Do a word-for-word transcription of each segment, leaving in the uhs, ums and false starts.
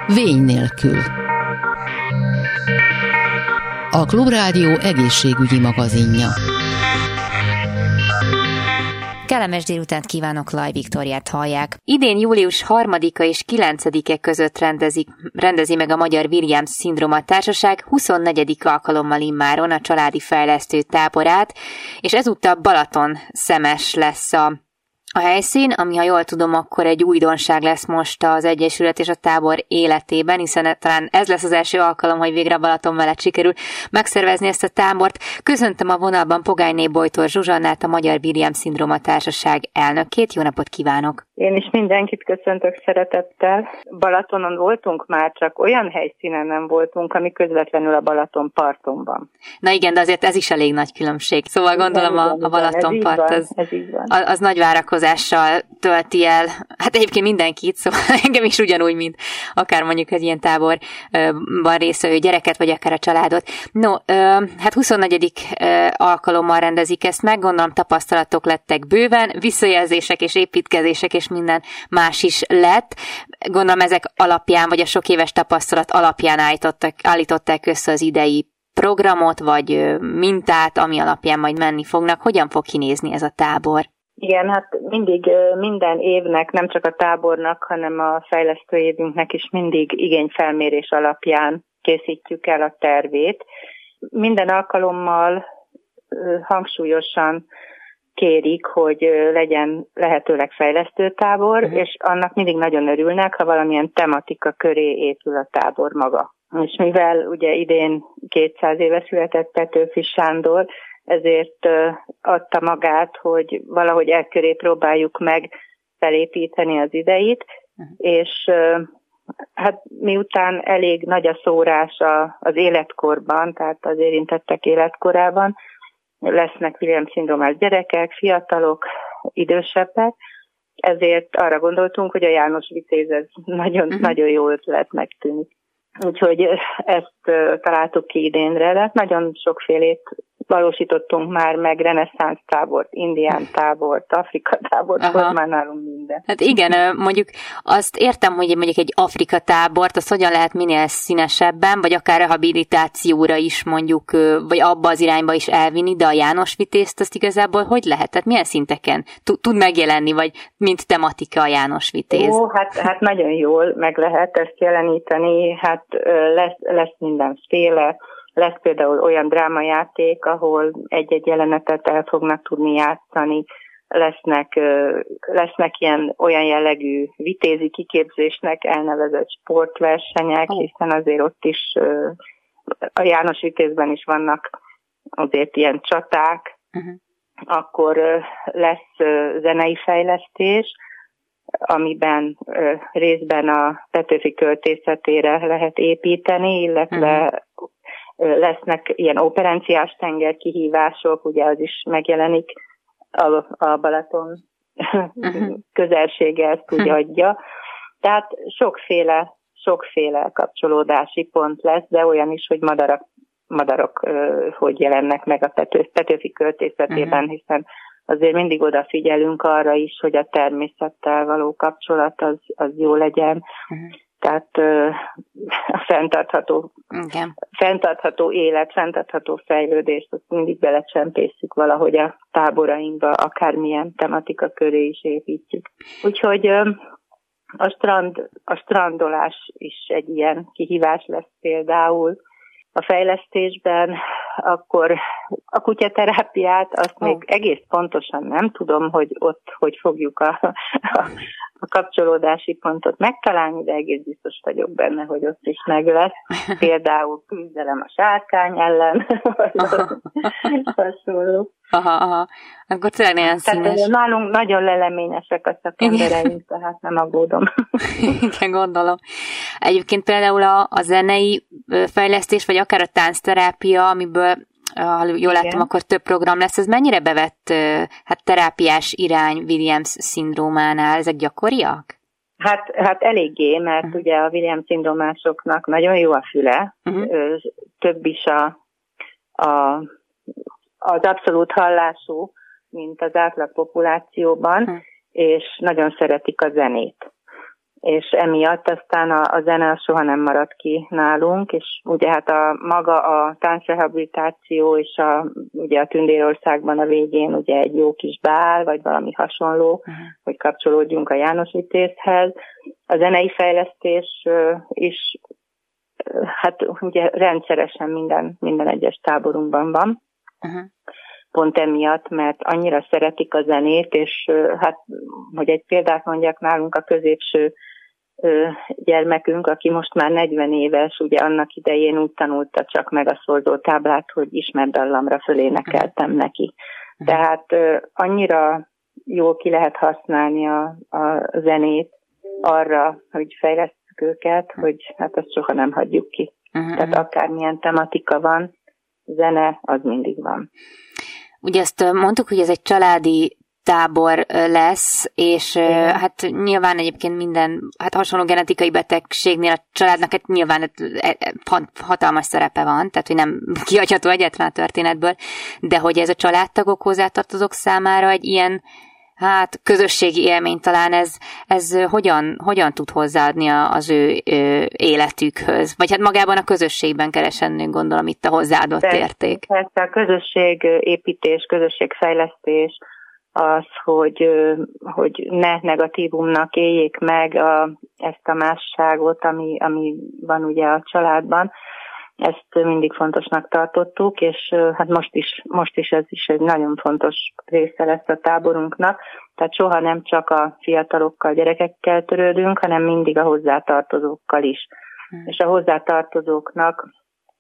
Vény nélkül. A Klubrádió egészségügyi magazinja. Kellemes délutánt kívánok, Laj Viktóriát hallják. Idén július harmadika és kilencedike között rendezik, rendezi meg a Magyar Williams-szindróma Társaság huszonnegyedik alkalommal immáron a családi fejlesztő táborát, és ezúttal Balaton Szemes lesz a A helyszín, ami, ha jól tudom, akkor egy újdonság lesz most az Egyesület és a tábor életében, hiszen talán ez lesz az első alkalom, hogy végre a Balaton mellett sikerül megszervezni ezt a tábort. Köszöntöm a vonalban Pogányné Bojtor Zsuzsannát, a Magyar Williams-szindróma Társaság elnökét. Jó napot kívánok! Én is mindenkit köszöntök szeretettel. Balatonon voltunk már, csak olyan helyszínen nem voltunk, ami közvetlenül a Balaton parton van. Na igen, de azért ez is elég nagy különbség. Szóval gondolom igen, a, igen, a Balaton part az, az, az nagy várakozással tölti el, hát egyébként mindenkit, szóval engem is ugyanúgy, mint akár mondjuk egy ilyen táborban résztvevő gyereket, vagy akár a családot. No, hát huszonnegyedik alkalommal rendezik ezt meg, gondolom tapasztalatok lettek bőven, visszajelzések és építkezések és minden más is lett. Gondolom ezek alapján, vagy a sok éves tapasztalat alapján állították, állították össze az idei programot, vagy mintát, ami alapján majd menni fognak. Hogyan fog kinézni ez a tábor? Igen, hát mindig minden évnek, nem csak a tábornak, hanem a fejlesztő évünknek is mindig igényfelmérés alapján készítjük el a tervét. Minden alkalommal hangsúlyosan kérik, hogy legyen lehetőleg fejlesztő tábor, uh-huh. és annak mindig nagyon örülnek, ha valamilyen tematika köré épül a tábor maga. És mivel ugye idén kétszáz éve született Petőfi Sándor, ezért adta magát, hogy valahogy e köré próbáljuk meg felépíteni az ideit, uh-huh. és hát miután elég nagy a szórás az életkorban, tehát az érintettek életkorában, lesznek Williams-szindrómás gyerekek, fiatalok, idősebbek, ezért arra gondoltunk, hogy a János Vitéz ez nagyon, uh-huh. nagyon jó ötletnek tűnik. Úgyhogy ezt találtuk ki idénre, de nagyon sokfélét valósítottunk már meg, reneszánsz tábort, indián tábort, Afrika tábort, volt már nálunk minden. Hát igen, mondjuk azt értem, hogy mondjuk egy Afrika tábort, az hogyan lehet minél színesebben, vagy akár rehabilitációra is mondjuk, vagy abba az irányba is elvinni, de a János Vitézt azt igazából hogy lehet? Tehát milyen szinteken tud megjelenni, vagy mint tematika a János Vitéz? Ó, hát, hát nagyon jól meg lehet ezt jeleníteni, hát lesz, lesz mindenféle. Lesz például olyan drámajáték, ahol egy-egy jelenetet el fognak tudni játszani, lesznek, lesznek ilyen olyan jellegű vitézi kiképzésnek elnevezett sportversenyek, hiszen azért ott is a János Vitézben is vannak azért ilyen csaták, uh-huh. akkor lesz zenei fejlesztés, amiben részben a Petőfi költészetére lehet építeni, illetve uh-huh. lesznek ilyen operenciás tenger kihívások, ugye az is megjelenik, a, a Balaton uh-huh. közelsége ezt úgy adja. Tehát sokféle, sokféle kapcsolódási pont lesz, de olyan is, hogy madarak, madarok uh, hogy jelennek meg a Pető, Petőfi költészetében, uh-huh. hiszen azért mindig odafigyelünk arra is, hogy a természettel való kapcsolat az, az jó legyen. Uh-huh. Tehát uh, a fenntartható, okay. fenntartható élet, fenntartható fejlődést, azt mindig belecsempészük valahogy a táborainkba, akármilyen tematika köré is építjük. Úgyhogy uh, a, strand, a strandolás is egy ilyen kihívás lesz például a fejlesztésben, akkor a kutyaterápiát, azt oh. még egész pontosan nem tudom, hogy ott hogy fogjuk a, a, a kapcsolódási pontot megtalálni, de egész biztos vagyok benne, hogy ott is meg lesz. Például küzdelem a sárkány ellen, hasonló. Aha, aha. Akkor tényleg nagyon színes. Tehát nálunk nagyon leleményesek a szakembereink, tehát nem aggódom. Igen, gondolom. Egyébként például a, a zenei fejlesztés, vagy akár a táncterápia, amiből, ha jól Igen. láttam, akkor több program lesz, ez mennyire bevett hát, terápiás irány Williams-szindrómánál? Ezek gyakoriak? Hát, hát eléggé, mert uh-huh. ugye a Williams-szindrómásoknak nagyon jó a füle, uh-huh. több is a, a az abszolút hallású, mint az átlag populációban, hm. és nagyon szeretik a zenét. és emiatt aztán a, a zene soha nem maradt ki nálunk, és ugye hát a maga a táncrehabilitáció és a, ugye a Tündérországban a végén ugye egy jó kis bál, vagy valami hasonló, uh-huh. hogy kapcsolódjunk a János Vitézhez. A zenei fejlesztés is hát ugye rendszeresen minden, minden egyes táborunkban van. Uh-huh. Pont emiatt, mert annyira szeretik a zenét, és hát, hogy egy példát mondjak, nálunk a középső gyermekünk, aki most már negyven éves, ugye annak idején úgy tanulta csak meg a szorzótáblát, hogy ismert dallamra fölénekeltem neki. Tehát annyira jól ki lehet használni a, a zenét arra, hogy fejlesztjük őket, hogy hát azt soha nem hagyjuk ki. Uh-huh. Tehát akármilyen tematika van, zene az mindig van. Ugye ezt mondtuk, hogy ez egy családi tábor lesz, és igen. hát nyilván egyébként minden, hát hasonló genetikai betegségnél a családnak hát nyilván hatalmas szerepe van, tehát hogy nem kihagyható egyetlen a történetből, de hogy ez a családtagok, hozzátartozók számára egy ilyen hát közösségi élmény talán ez, ez hogyan, hogyan tud hozzáadni az ő életükhöz? Vagy hát magában a közösségben keresendünk, gondolom itt a hozzáadott persze, érték. Persze a közösségépítés, közösségfejlesztés, az, hogy, hogy ne negatívumnak éljék meg a, ezt a másságot, ami, ami van ugye a családban. Ezt mindig fontosnak tartottuk, és hát most is, most is ez is egy nagyon fontos része lesz a táborunknak. Tehát soha nem csak a fiatalokkal, gyerekekkel törődünk, hanem mindig a hozzátartozókkal is. Hmm. És a hozzátartozóknak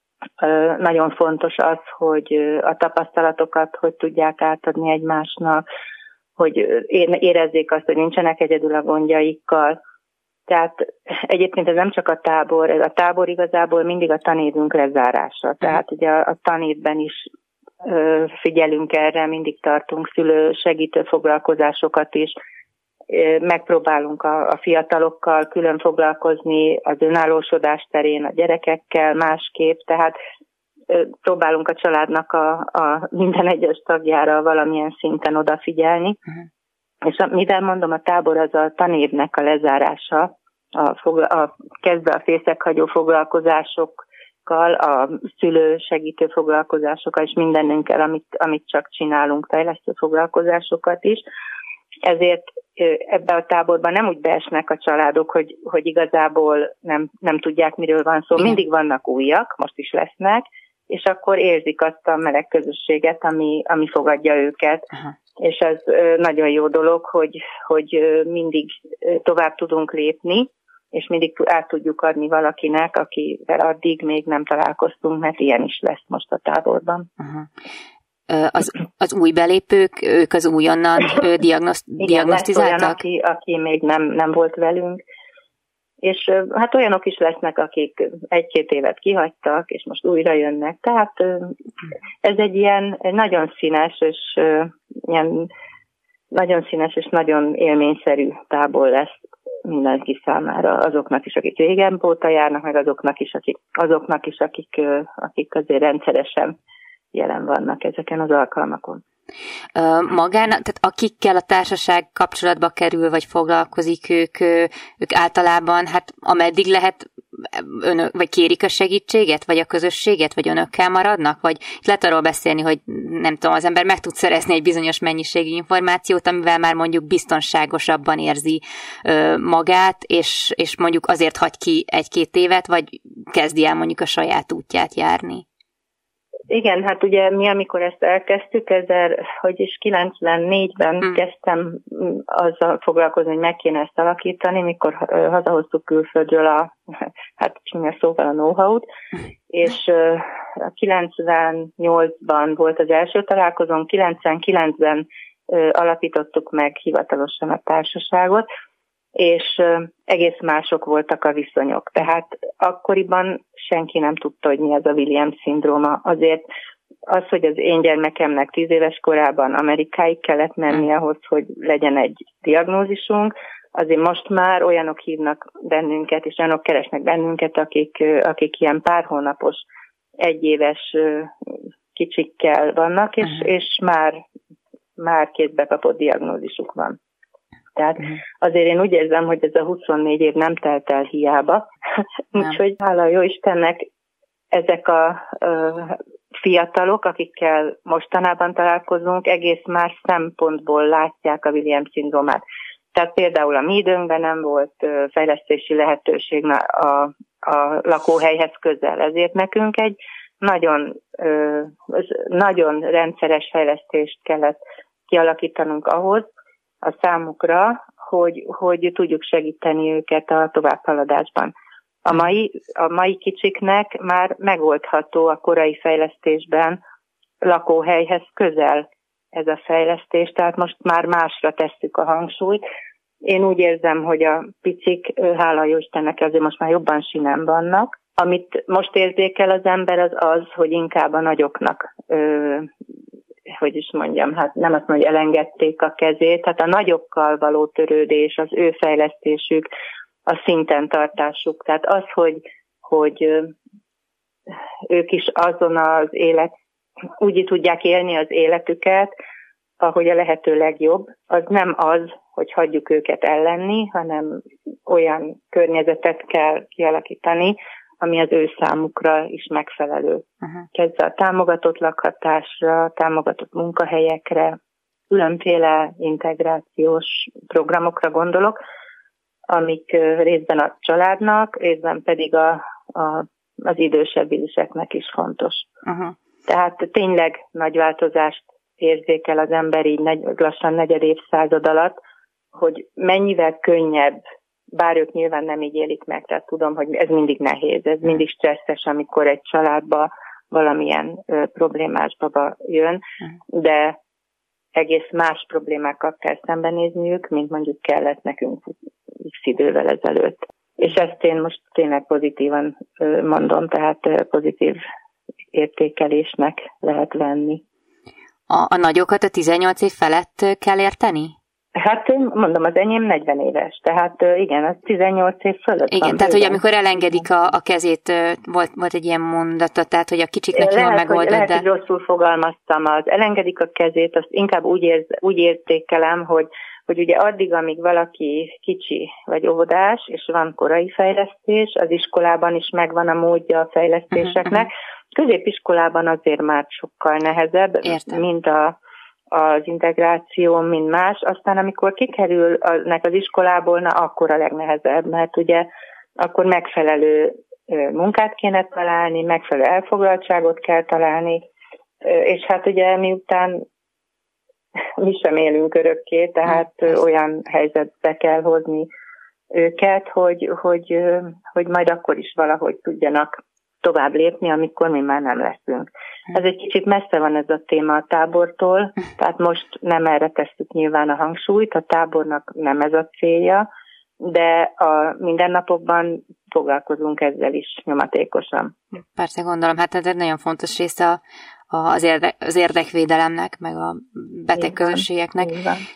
nagyon fontos az, hogy a tapasztalatokat hogy tudják átadni egymásnak, hogy érezzék azt, hogy nincsenek egyedül a gondjaikkal. Tehát egyébként ez nem csak a tábor, ez a tábor igazából mindig a tanévünk lezárása. Tehát ugye a, a tanévben is ö, figyelünk erre, mindig tartunk szülő segítő foglalkozásokat is, ö, megpróbálunk a, a fiatalokkal külön foglalkozni, az önállósodás terén a gyerekekkel másképp, tehát ö, próbálunk a családnak a, a minden egyes tagjára valamilyen szinten odafigyelni. Uh-huh. És a, mivel mondom, a tábor az a tanévnek a lezárása, a, fogla- a kezdve a fészekhagyó foglalkozásokkal, a szülő segítő foglalkozásokkal, és mindenünkkel, amit, amit csak csinálunk, fejlesztő foglalkozásokat is. Ezért ebbe a táborban nem úgy beesnek a családok, hogy, hogy igazából nem, nem tudják, miről van szó. Mindig vannak újak, most is lesznek, és akkor érzik azt a meleg közösséget, ami, ami fogadja őket. Aha. És ez nagyon jó dolog, hogy, hogy mindig tovább tudunk lépni, és mindig át tudjuk adni valakinek, akivel addig még nem találkoztunk, mert ilyen is lesz most a táborban. Uh-huh. Az, az új belépők, ők az újonnan diagnoszt, igen, diagnosztizáltak? Olyan, aki, aki még nem, nem volt velünk. És hát olyanok is lesznek, akik egy-két évet kihagytak, és most újra jönnek. Tehát ez egy ilyen egy nagyon színes, és ilyen nagyon színes és nagyon élményszerű tábor lesz mindenki számára. Azoknak is, akik régen óta járnak, meg azoknak is, akik, azoknak is, akik, akik azért rendszeresen jelen vannak ezeken az alkalmakon. Magán, tehát akikkel a társaság kapcsolatba kerül, vagy foglalkozik, ők, ők általában, hát ameddig lehet, önök, vagy kérik a segítséget, vagy a közösséget, vagy önökkel maradnak, vagy lehet arról beszélni, hogy nem tudom, az ember meg tud szerezni egy bizonyos mennyiségű információt, amivel már mondjuk biztonságosabban érzi magát, és, és mondjuk azért hagy ki egy-két évet, vagy kezdi el mondjuk a saját útját járni. Igen, hát ugye mi, amikor ezt elkezdtük, ezer, hogy is kilencvennégyben hmm. kezdtem azzal foglalkozni, hogy meg kéne ezt alakítani, mikor hazahoztuk külföldről a, hát csúnya szóval a know-how-t, és a kilencvennyolcban volt az első találkozón, kilencvenkilencben alapítottuk meg hivatalosan a társaságot, és egész mások voltak a viszonyok. Tehát akkoriban senki nem tudta, hogy mi az a Williams-szindróma. Azért az, hogy az én gyermekemnek tíz éves korában Amerikáig kellett menni ahhoz, hogy legyen egy diagnózisunk, azért most már olyanok hívnak bennünket, és olyanok keresnek bennünket, akik, akik ilyen pár hónapos, egyéves kicsikkel vannak, és, és már, már két bekapott diagnózisuk van. Tehát uh-huh. azért én úgy érzem, hogy ez a huszonnégy év nem telt el hiába. Úgyhogy hála jó Istennek ezek a uh, fiatalok, akikkel mostanában találkozunk, egész más szempontból látják a Williams-szindrómát. Tehát például a mi időnkben nem volt uh, fejlesztési lehetőség a, a lakóhelyhez közel. Ezért nekünk egy nagyon, uh, nagyon rendszeres fejlesztést kellett kialakítanunk ahhoz a számukra, hogy, hogy tudjuk segíteni őket a továbbhaladásban. A mai, a mai kicsiknek már megoldható a korai fejlesztésben lakóhelyhez közel ez a fejlesztés, tehát most már másra tesszük a hangsúlyt. Én úgy érzem, hogy a picik, hála jó Istennek, azért most már jobban sinem vannak. Amit most érzékel az ember, az az, hogy inkább a nagyoknak, ö, hogy is mondjam, hát nem azt mondja, hogy elengedték a kezét, hát a nagyokkal való törődés, az ő fejlesztésük, a szinten tartásuk. Tehát az, hogy, hogy ők is azon az élet, úgy tudják élni az életüket, ahogy a lehető legjobb, az nem az, hogy hagyjuk őket ellenni, hanem olyan környezetet kell kialakítani, ami az ő számukra is megfelelő. Uh-huh. Kezdve a támogatott lakhatásra, támogatott munkahelyekre, különféle integrációs programokra gondolok, amik részben a családnak, részben pedig a, a, az idősebb időseknek is fontos. Uh-huh. Tehát tényleg nagy változást érzékel az ember így negy, lassan negyed évszázad alatt, hogy mennyivel könnyebb, bár ők nyilván nem így élik meg, tehát tudom, hogy ez mindig nehéz, ez mindig stresszes, amikor egy családba valamilyen ö, problémás baba jön, de egész más problémákkal kell szembenézniük, mint mondjuk kellett nekünk x idővel ezelőtt. És ezt én most tényleg pozitívan mondom, tehát pozitív értékelésnek lehet venni. A, a nagyokat a tizennyolc év felett kell érteni? Hát mondom, az enyém negyven éves, tehát igen, az tizennyolc év fölött igen, van. Tehát, hogy amikor elengedik a, a kezét, volt, volt egy ilyen mondata, tehát, hogy a kicsiknek jól megoldod, lehet, de... hogy rosszul fogalmaztam, az elengedik a kezét, azt inkább úgy, érz, úgy értékelem, hogy, hogy ugye addig, amíg valaki kicsi vagy óvodás, és van korai fejlesztés, az iskolában is megvan a módja a fejlesztéseknek, uh-huh. középiskolában azért már sokkal nehezebb, Értem. mint a az integráció, mint más. Aztán amikor kikerülnek az iskolából, na akkor a legnehezebb, mert ugye akkor megfelelő munkát kéne találni, megfelelő elfoglaltságot kell találni, és hát ugye miután mi sem élünk örökké, tehát olyan helyzetbe kell hozni őket, hogy, hogy, hogy majd akkor is valahogy tudjanak tovább lépni, amikor mi már nem leszünk. Ez egy kicsit messze van ez a téma a tábortól, tehát most nem erre tesszük nyilván a hangsúlyt, a tábornak nem ez a célja, de a mindennapokban foglalkozunk ezzel is nyomatékosan. Persze gondolom, hát ez egy nagyon fontos része a, a, az, érde, az érdekvédelemnek, meg a betegközösségeknek.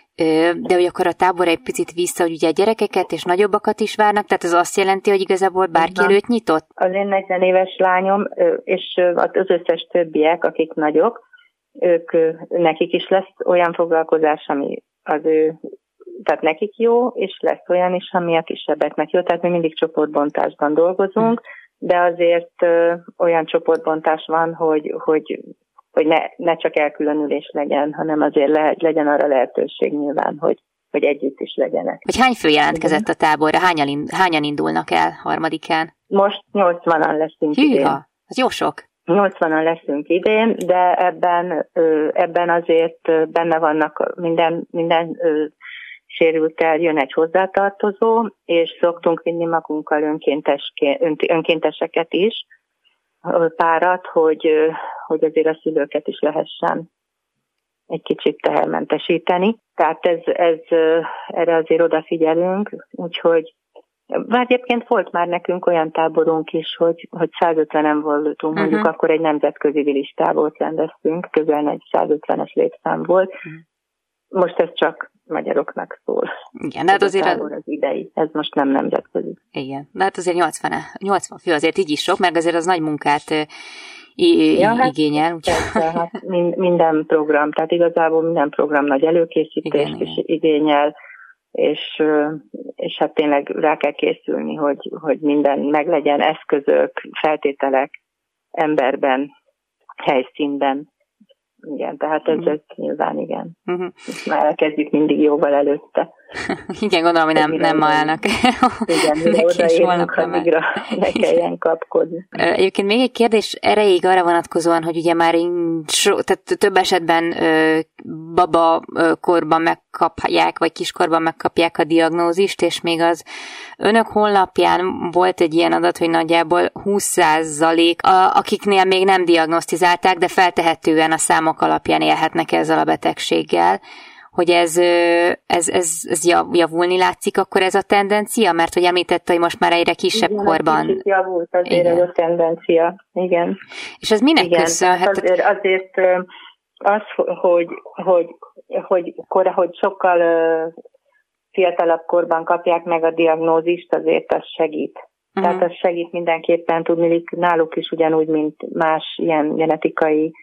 De hogy akkor a tábor egy picit vissza, hogy ugye a gyerekeket és nagyobbakat is várnak, tehát ez azt jelenti, hogy igazából bárki előtt nyitott? Az én negyven éves lányom, és az összes többiek, akik nagyok, ők, nekik is lesz olyan foglalkozás, ami az ő, tehát nekik jó, és lesz olyan is, ami a kisebbeknek jó, tehát mi mindig csoportbontásban dolgozunk, de azért olyan csoportbontás van, hogy, hogy hogy ne, ne csak elkülönülés legyen, hanem azért le, legyen arra lehetőség nyilván, hogy, hogy együtt is legyenek. Hogy hány fő jelentkezett a táborra? Hányan, hányan indulnak el harmadikán? Most nyolcvanan leszünk Hűha, idén. az jó sok. nyolcvanan leszünk idén, de ebben, ebben azért benne vannak minden, minden sérültel jön egy hozzátartozó, és szoktunk vinni magunkkal önkéntes, önkénteseket is, párat, hogy, hogy azért a szülőket is lehessen egy kicsit tehermentesíteni. Tehát ez, ez, erre azért odafigyelünk, úgyhogy bár egyébként volt már nekünk olyan táborunk is, hogy, hogy százötvenen voltunk, uh-huh. mondjuk akkor egy nemzetközi vilis tábort rendeztünk, közel egy százötvenes létszám volt. Uh-huh. Most ez csak magyaroknak szól. Igen, de hát azért a az idei, ez most nem nemzetközi. Igen, de hát azért nyolcvan, nyolcvan fő azért így is sok, meg azért az nagy munkát i- ja, hát igényel. Úgy... Persze, hát minden program, tehát igazából minden program nagy előkészítést igen, is igen. igényel, és, és hát tényleg rá kell készülni, hogy, hogy minden meglegyen, eszközök, feltételek emberben, helyszínben. Igen, tehát ez, ez nyilván igen. Uh-huh. Már elkezdjük mindig jóval előtte. Igen, gondolom, hogy nem, nem ma állnak. Igen, mire odaérünk, addigra ne kelljen kapkodni. Egyébként még egy kérdés erejéig arra vonatkozóan, hogy ugye már so, tehát több esetben ö, baba ö, korban megkapják, vagy kiskorban megkapják a diagnózist, és még az önök honlapján volt egy ilyen adat, hogy nagyjából húsz százalék, akiknél még nem diagnosztizálták, de feltehetően a számok alapján élhetnek ezzel a betegséggel, hogy ez, ez, ez, ez javulni látszik, akkor ez a tendencia? Mert hogy említette, hogy most már egyre kisebb igen, korban. Igen, javult azért ez a tendencia, igen. És ez minek igen, köszönhet? Azért, azért az, hogy, hogy, hogy, hogy, hogy sokkal fiatalabb korban kapják meg a diagnózist, azért az segít. Uh-huh. Tehát az segít mindenképpen tudni, náluk is ugyanúgy, mint más ilyen genetikai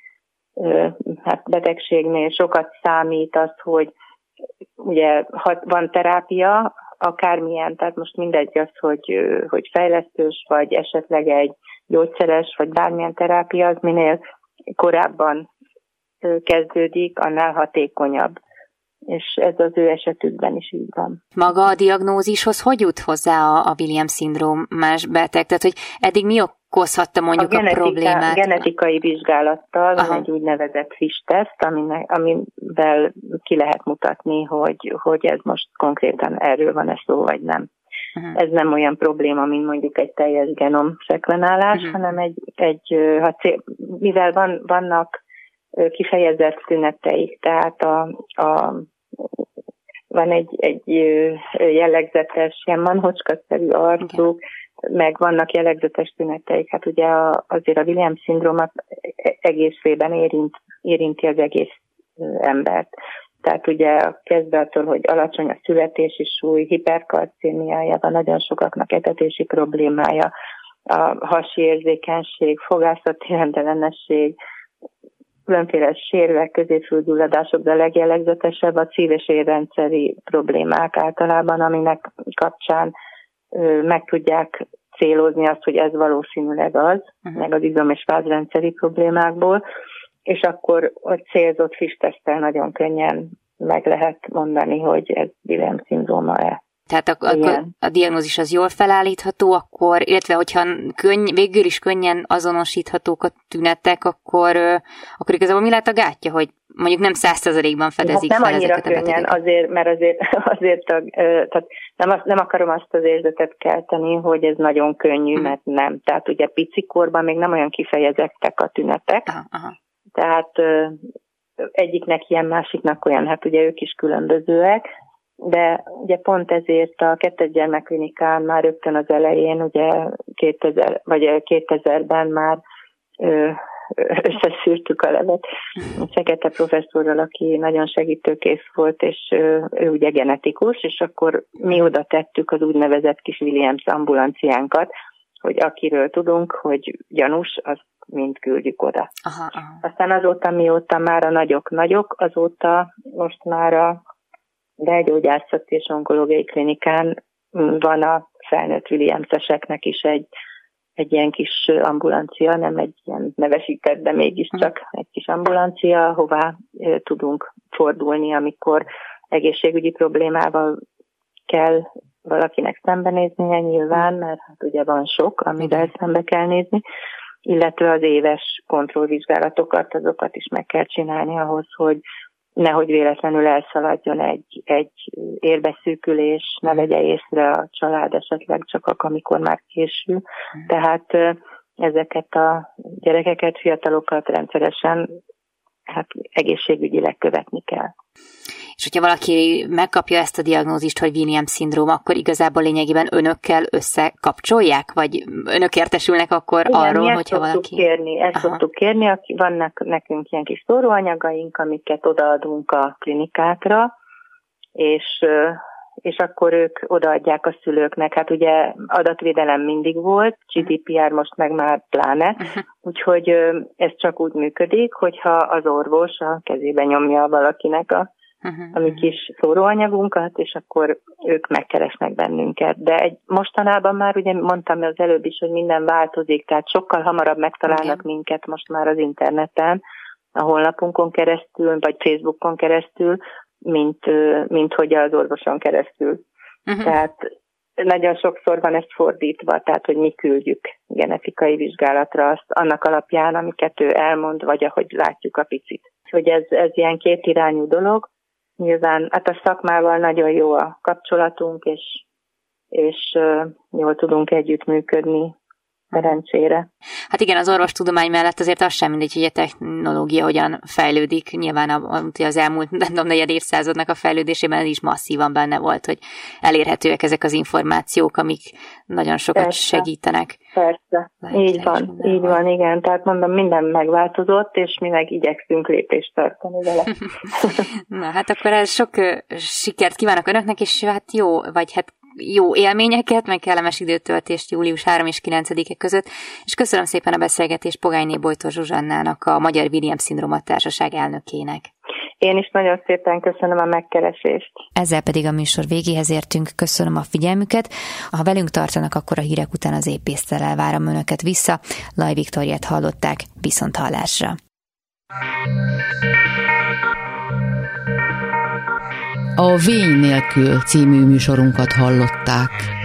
hát betegségnél sokat számít az, hogy ugye ha van terápia, akármilyen, tehát most mindegy az, hogy, hogy fejlesztős, vagy esetleg egy gyógyszeres, vagy bármilyen terápia, az minél korábban kezdődik, annál hatékonyabb. És ez az ő esetükben is így van. Maga a diagnózishoz hogy jut hozzá a Williams-szindrómás beteg? Tehát, hogy eddig mi okozhatta mondjuk a, a problémát? A genetikai vizsgálattal van egy úgynevezett FISH-teszt, amivel ki lehet mutatni, hogy, hogy ez most konkrétan erről van-e szó, vagy nem. Uh-huh. Ez nem olyan probléma, mint mondjuk egy teljes genom szekvenálás, uh-huh. hanem egy, egy ha cél, mivel van, vannak kifejezett tüneteik, tehát a, a, van egy, egy jellegzetes, ilyen manhocska-szerű arcuk, okay. meg vannak jellegzetes tüneteik. Hát ugye a, azért a Williams-szindróma egészében érint, érinti az egész embert. Tehát ugye kezdve attól, hogy alacsony a születési súly, hiperkalcémiája van, nagyon sokaknak etetési problémája, a hasi érzékenység, fogászati rendellenesség, különféle sérvek, középsúlygyulladások, de a legjellegzetesebb a szív- és érrendszeri problémák általában, aminek kapcsán ö, meg tudják célozni azt, hogy ez valószínűleg az, uh-huh. meg az izom- és vázrendszeri problémákból, és akkor a célzott FISH-teszttel nagyon könnyen meg lehet mondani, hogy ez Williams-szindróma-e. Tehát a, a, a diagnózis az jól felállítható, akkor, illetve hogyha könny, végül is könnyen azonosíthatók a tünetek, akkor, akkor igazából mi lehet a gátja, hogy mondjuk nem száz százalékban fedezik hát fel nem ezeket a könnyen, betegeket? azért, mert azért, azért a, tehát nem, azt, nem akarom azt az érzetet kelteni, hogy ez nagyon könnyű, uh-huh. mert nem. Tehát ugye picikorban még nem olyan kifejezettek a tünetek, aha, aha. tehát egyiknek ilyen, másiknak olyan, hát ugye ők is különbözőek, de ugye pont ezért a kettes gyermekklinikán már rögtön az elején, ugye kétezer, vagy kétezerben már ö, összeszűrtük a levet. Fekete professzorral, aki nagyon segítőkész volt, és ö, ő ugye genetikus, és akkor mi oda tettük az úgynevezett kis Williams ambulanciánkat, hogy akiről tudunk, hogy gyanús, azt mind küldjük oda. Aha, aha. Aztán azóta, mióta már a nagyok-nagyok, azóta most már a belgyógyászati és onkológiai klinikán van a felnőtt Williams-eseknek is egy, egy ilyen kis ambulancia, nem egy ilyen nevesített, de mégiscsak egy kis ambulancia, ahová e, tudunk fordulni, amikor egészségügyi problémával kell valakinek szembenéznie nyilván, mert hát ugye van sok, amivel szembe kell nézni, illetve az éves kontrollvizsgálatokat, azokat is meg kell csinálni ahhoz, hogy nehogy véletlenül elszaladjon egy, egy érbeszűkülés, ne vegye észre a család esetleg csak akkor, amikor már késő. Tehát ezeket a gyerekeket, fiatalokat rendszeresen hát egészségügyileg követni kell. És hogyha valaki megkapja ezt a diagnózist, hogy Williams-szindróma, akkor igazából lényegében önökkel összekapcsolják? Vagy önök értesülnek akkor igen, arról, hogyha valaki... Kérni, ezt Aha. szoktuk kérni, vannak nekünk ilyen kis szóróanyagaink, amiket odaadunk a klinikákra, és, és akkor ők odaadják a szülőknek. Hát ugye adatvédelem mindig volt, gé dé pé er most meg már pláne, úgyhogy ez csak úgy működik, hogyha az orvos a kezébe nyomja valakinek a uh-huh. a mi kis szóróanyagunkat, és akkor ők megkeresnek bennünket. De egy, mostanában már, ugye mondtam az előbb is, hogy minden változik, tehát sokkal hamarabb megtalálnak okay. minket most már az interneten, a honlapunkon keresztül, vagy Facebookon keresztül, mint, mint hogy az orvoson keresztül. Uh-huh. Tehát nagyon sokszor van ez fordítva, tehát hogy mi küldjük genetikai vizsgálatra azt annak alapján, amiket ő elmond, vagy ahogy látjuk a picit. Hogy ez, ez ilyen kétirányú dolog. Nyilván hát a szakmával nagyon jó a kapcsolatunk, és, és uh, jól tudunk együttműködni. Szerencsére. Hát igen, az orvostudomány mellett azért az sem mindegy, hogy a technológia hogyan fejlődik. Nyilván az elmúlt, nem tudom, negyed évszázadnak a fejlődésében is masszívan benne volt, hogy elérhetőek ezek az információk, amik nagyon sokat Persze. segítenek. Persze, így van, így van, igen. Tehát mondom, minden megváltozott, és mi meg igyekszünk lépést tartani vele. Na, hát akkor ez sok sikert kívánok önöknek, és hát jó, vagy hát jó élményeket, meg kellemes időtöltést július harmadika és kilencedike között, és köszönöm szépen a beszélgetést Pogányné Bojtor Zsuzsannának, a Magyar Williams-szindróma Társaság elnökének. Én is nagyon szépen köszönöm a megkeresést. Ezzel pedig a műsor végéhez értünk, köszönöm a figyelmüket. Ha velünk tartanak, akkor a hírek után az épésztellel várom önöket vissza. Laj Viktóriát hallották, viszont hallásra. A Vény nélkül című műsorunkat hallották.